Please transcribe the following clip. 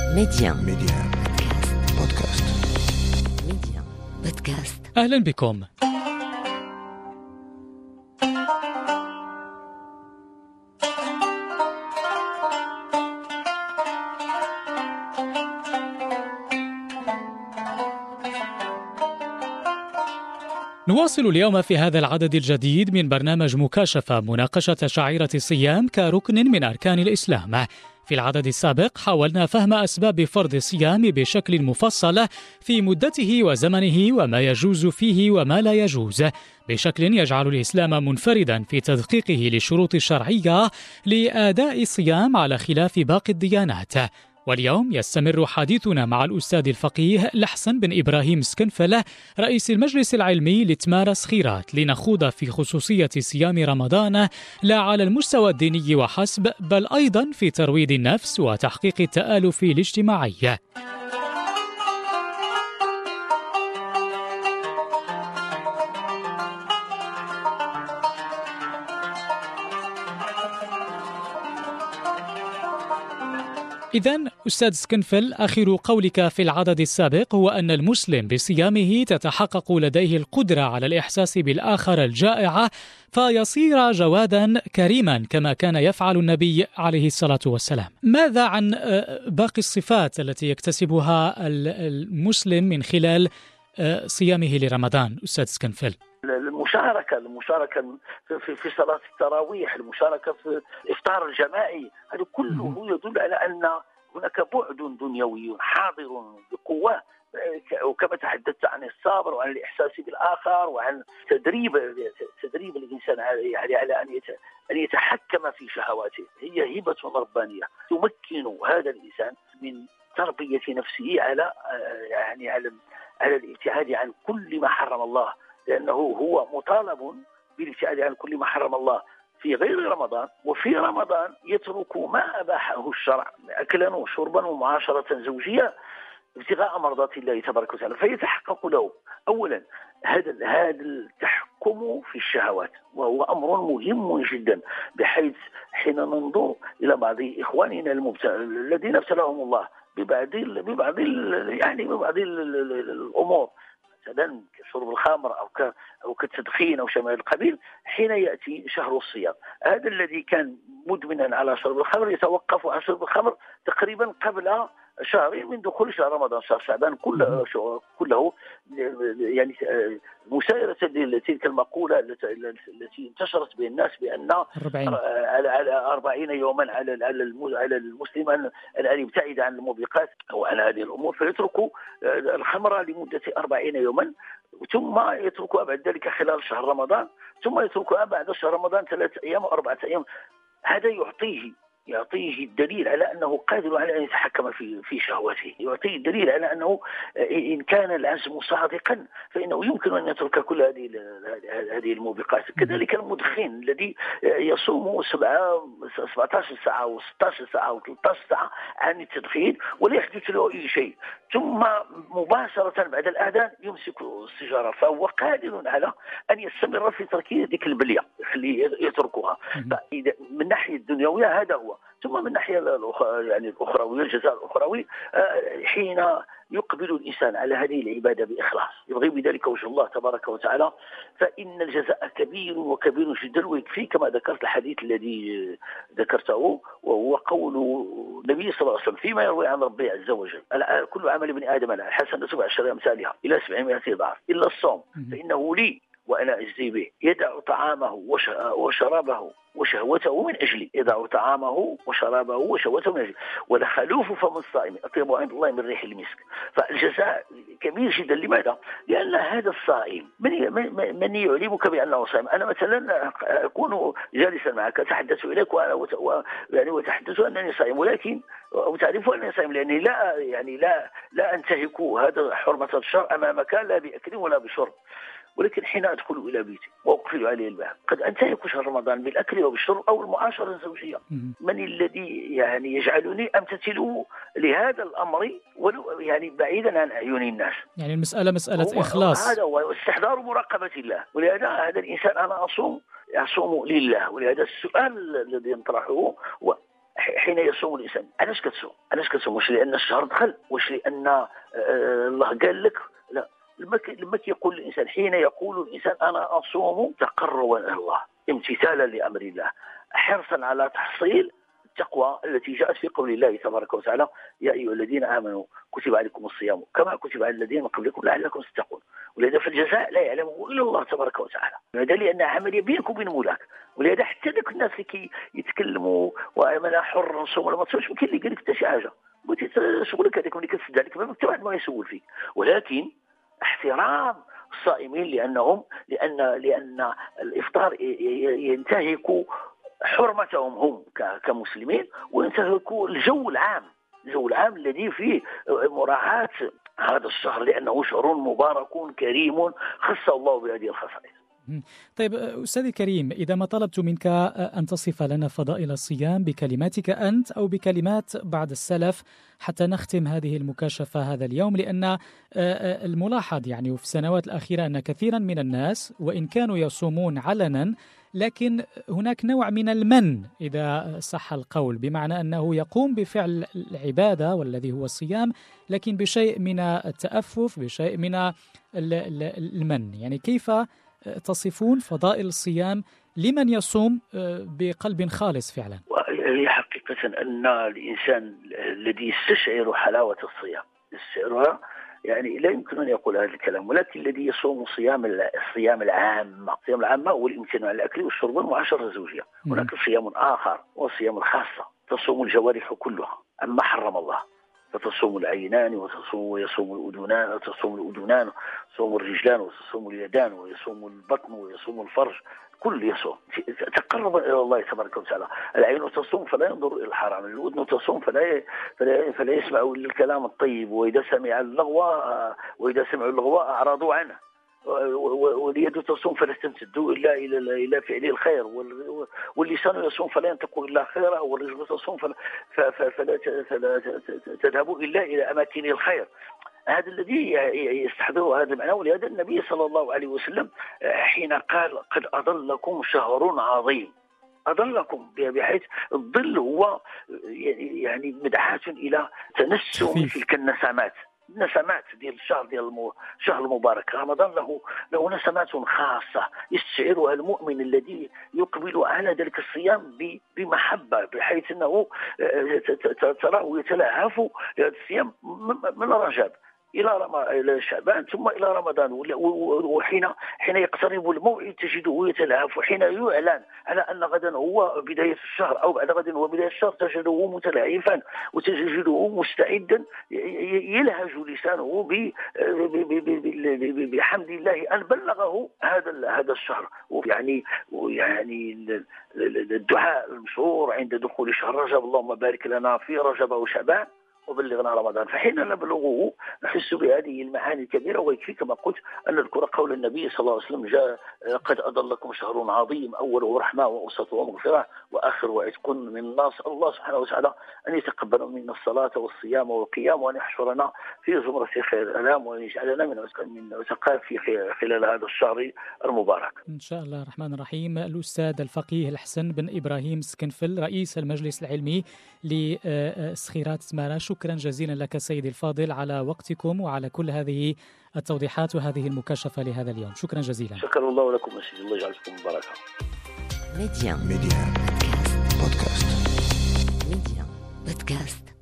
ميديان بودكاست. ميديان بودكاست. أهلا بكم. نواصل اليوم في هذا العدد الجديد من برنامج مكاشفة مناقشة شعيرة الصيام كركن من أركان الإسلام. في العدد السابق حاولنا فهم أسباب فرض الصيام بشكل مفصل في مدته وزمنه وما يجوز فيه وما لا يجوز، بشكل يجعل الإسلام منفردا في تدقيقه للشروط الشرعية لأداء الصيام على خلاف باقي الديانات. واليوم يستمر حديثنا مع الأستاذ الفقيه لحسن بن إبراهيم سكنفل رئيس المجلس العلمي لتمارس خيرات لنخوض في خصوصية صيام رمضان لا على المستوى الديني وحسب، بل أيضا في ترويض النفس وتحقيق التآلف الاجتماعي. إذن أستاذ سكنفل، آخر قولك في العدد السابق هو أن المسلم بصيامه تتحقق لديه القدرة على الإحساس بالآخر الجائع فيصير جوادا كريما كما كان يفعل النبي عليه الصلاة والسلام. ماذا عن باقي الصفات التي يكتسبها المسلم من خلال صيامه لرمضان أستاذ سكنفل؟ المشاركة في صلاة التراويح، المشاركة في الإفطار الجماعي، هذا كله يدل على أن هناك بعد دنيوي حاضر بقوة. وكما تحدثت عن الصبر وعن الإحساس بالآخر وعن تدريب الإنسان على أن يتحكم في شهواته، هي هبة ربانية تمكن هذا الإنسان من تربية نفسه على الابتعاد عن كل ما حرم الله، لأنه هو مطالب بالابتعاد عن كل ما حرم الله في غير رمضان، وفي رمضان يترك ما أباحه الشرع أكلا وشربا ومعاشرة زوجية ابتغاء مرضات الله تبارك وتعالى، فيتحقق له أولا هذا التحكم في الشهوات، وهو أمر مهم جدا، بحيث حين ننظر إلى بعض إخواننا الذين ابتلاهم الله ببعض الأمور مثلا كشرب الخمر أو كالتدخين أو شمال القبيل، حين يأتي شهر الصيام هذا الذي كان مدمنا على شرب الخمر يتوقف عن شرب الخمر تقريبا قبل شهرين من دخول شهر رمضان، شهر شعبان كله يعني مسايرة تلك المقولة التي انتشرت بين الناس بأن على 40 يوما على المسلم أن يبتعد عن الموبقات أو عن هذه الأمور، فيتركوا الخمر لمدة 40 يوما ثم يتركها بعد ذلك خلال شهر رمضان، ثم يتركها بعد شهر رمضان 3 أيام أو 4 أيام. هذا يعطيه الدليل على أنه قادر على أن يتحكم في شهوته، يعطيه الدليل على أنه إن كان العزم صادقا فإنه يمكن أن يترك كل هذه الموبقات. كذلك المدخن الذي يصوم 17 ساعة و 16 ساعة و 13 ساعة عن التدخين ولا يحدث له أي شيء، ثم مباشرة بعد الأذان يمسك السيجارة، فهو قادر على أن يستمر في ترك ذيك البلية، يتركها. من الناحية الدنيوية هذا هو. ثم من الناحية الأخروية، الجزاء الأخروي، حين يقبل الإنسان على هذه العبادة بإخلاص يبغي بذلك وجه الله تبارك وتعالى، فإن الجزاء كبير وكبير جدا، ويكفي كما ذكرت الحديث الذي ذكرته، وهو قول النبي صلى الله عليه وسلم فيما يروي عن ربي عز وجل: كل عمل ابن آدم له حسنة ب10 أمثالها إلى 700 ضعف إلا الصوم فإنه لي وأنا أجزي به، يدع طعامه وشرابه وشهوته من أجلي، يدع طعامه وشرابه وشهوته من أجلي، ولخلوف فم الصائم أطيب عند الله من ريح المسك. فالجزاء كبير جدا. لماذا؟ لأن هذا الصائم من يعلمك بأنه صائم. أنا مثلا أكون جالسا معك أتحدث إليك وتحدث أنني صائم، ولكن وتعرف أنني صائم لأني لا أنتهك هذا حرمة الشرع أمامك، لا بأكل ولا بشرب. ولكن حين أدخل إلى بيتي وأقفل عليه الباب قد أنتهك شهر رمضان بالأكل وبالشرب أو المعاشرة الزوجية. من الذي يجعلني أمتثل لهذا الأمر ولو بعيدا عن أعين الناس؟ يعني المسألة مسألة إخلاص، هذا هو استحضار مراقبة الله. ولهذا هذا الإنسان أنا أصوم لله. ولهذا السؤال الذي ينطرحه حين يصوم الإنسان علاش كتصوم؟ واش لأن الشهر دخل؟ واش لأن الله قال لك؟ لا. لما يقول الإنسان، حين يقول الإنسان أنا أصوم تقربا إلى الله، امتثالا لأمر الله، حرصا على تحصيل التقوى التي جاءت في قول الله تبارك وتعالى: يا أيها الذين آمنوا كتب عليكم الصيام كما كتب على الذين من قبلكم لعلكم تتقون. ولهذا فالجزاء لا يعلمه إلا الله تبارك وتعالى، هذا لأن عملية بينك وبين مولاك. ولهذا حتى ذاك الناس اللي يتكلموا وانا حر نصوم ولا ما تصومش، ما كاين اللي قال لك حتى شي حاجه، بغيتي شغلك هذاك ملي كتسد عليك ما حتى واحد ما يسول فيك. ولكن احترام الصائمين لأن الإفطار ينتهك حرمتهم هم كمسلمين، وينتهك الجو العام الذي فيه مراعاة هذا الشهر، لأنه شهر مبارك كريم خص الله بهذه الخصائص. طيب أستاذ الكريم، إذا ما طلبت منك أن تصف لنا فضائل الصيام بكلماتك أنت أو بكلمات بعض السلف حتى نختم هذه المكاشفة هذا اليوم، لأن الملاحظ يعني في السنوات الأخيرة أن كثيرا من الناس وإن كانوا يصومون علنا، لكن هناك نوع من المن إذا صح القول، بمعنى أنه يقوم بفعل العبادة والذي هو الصيام لكن بشيء من التأفف، بشيء من المن. يعني كيف تصفون فضائل الصيام لمن يصوم بقلب خالص فعلا؟ هي حقيقة أن الإنسان الذي يستشعر حلاوة الصيام يستشعرها، يعني لا يمكن أن يقول هذا الكلام، ولكن الذي يصوم الصيام العامة هو الامتناع عن الأكل والشرب والمعاشرة الزوجية. هناك صيام آخر والصيام الخاصة، تصوم الجوارح كلها عما حرم الله، فتصوم العينان ويصوم الأذنان وتصوم الرجلان وتصوم اليدان ويصوم البطن ويصوم الفرج، كل يصوم تقرب إلى الله تبارك وتعالى. العين تصوم فلا ينظر إلى الحرام، الأذن تصوم فلا يسمع إلا الكلام الطيب، وإذا سمعوا اللغو أعرضوا عنه، واليد تصوم فلا تمتد إلى فعل الخير، واللسان يصوم فلا ينطق إلا خيرا، والرجل تصوم فلا تذهب إلا إلى أماكن الخير. هذا الذي يستحضره هذا المعنى. ولهذا النبي صلى الله عليه وسلم حين قال قد أضلكم شهر عظيم، أضلكم بحيث الظل هو يعني مدعاة إلى تنسم تلك النسمات ديال الشهر المبارك. رمضان له نسمات خاصة يستشعرها المؤمن الذي يقبل على ذلك الصيام بمحبة، بحيث أنه تراه يتلهف هذا الصيام من رجب إلى شعبان ثم إلى رمضان. وحين يقترب الموعد تجده يتلهف، وحين يعلن على أن غدا هو بداية الشهر أو بعد غد هو بداية الشهر تجده متلهفا وتجده مستعدا، يلهج لسانه بحمد الله أن بلغه هذا الشهر. يعني الدعاء المشهور عند دخول شهر رجب: اللهم بارك لنا في رجب وشعبان وبلغنا رمضان. فحين نبلغه نحس بهذه المعاني الكبيرة. ويكفي كما قلت أن نذكر قول النبي صلى الله عليه وسلم: جاء قد أضلكم شهر عظيم أوله رحمة وأوسطه ومغفرة وآخره عتق من النار. الله سبحانه وتعالى أن يتقبل منا الصلاة والصيام والقيام، وأن يحشرنا في زمرة خير الأنام، وأن يجعلنا من عتقاء في خلال هذا الشهر المبارك إن شاء الله الرحمن الرحيم. الأستاذ الفقيه الحسن بن إبراهيم سكنفل، رئيس المجلس العلمي لسخيرات سمارة، شكرا جزيلا لك سيدي الفاضل على وقتكم وعلى كل هذه التوضيحات وهذه المكاشفة لهذا اليوم. شكرا جزيلا. شكر الله لكم سيدي، الله يجعلكم مباركة. ميديان بودكاست. ميديان بودكاست.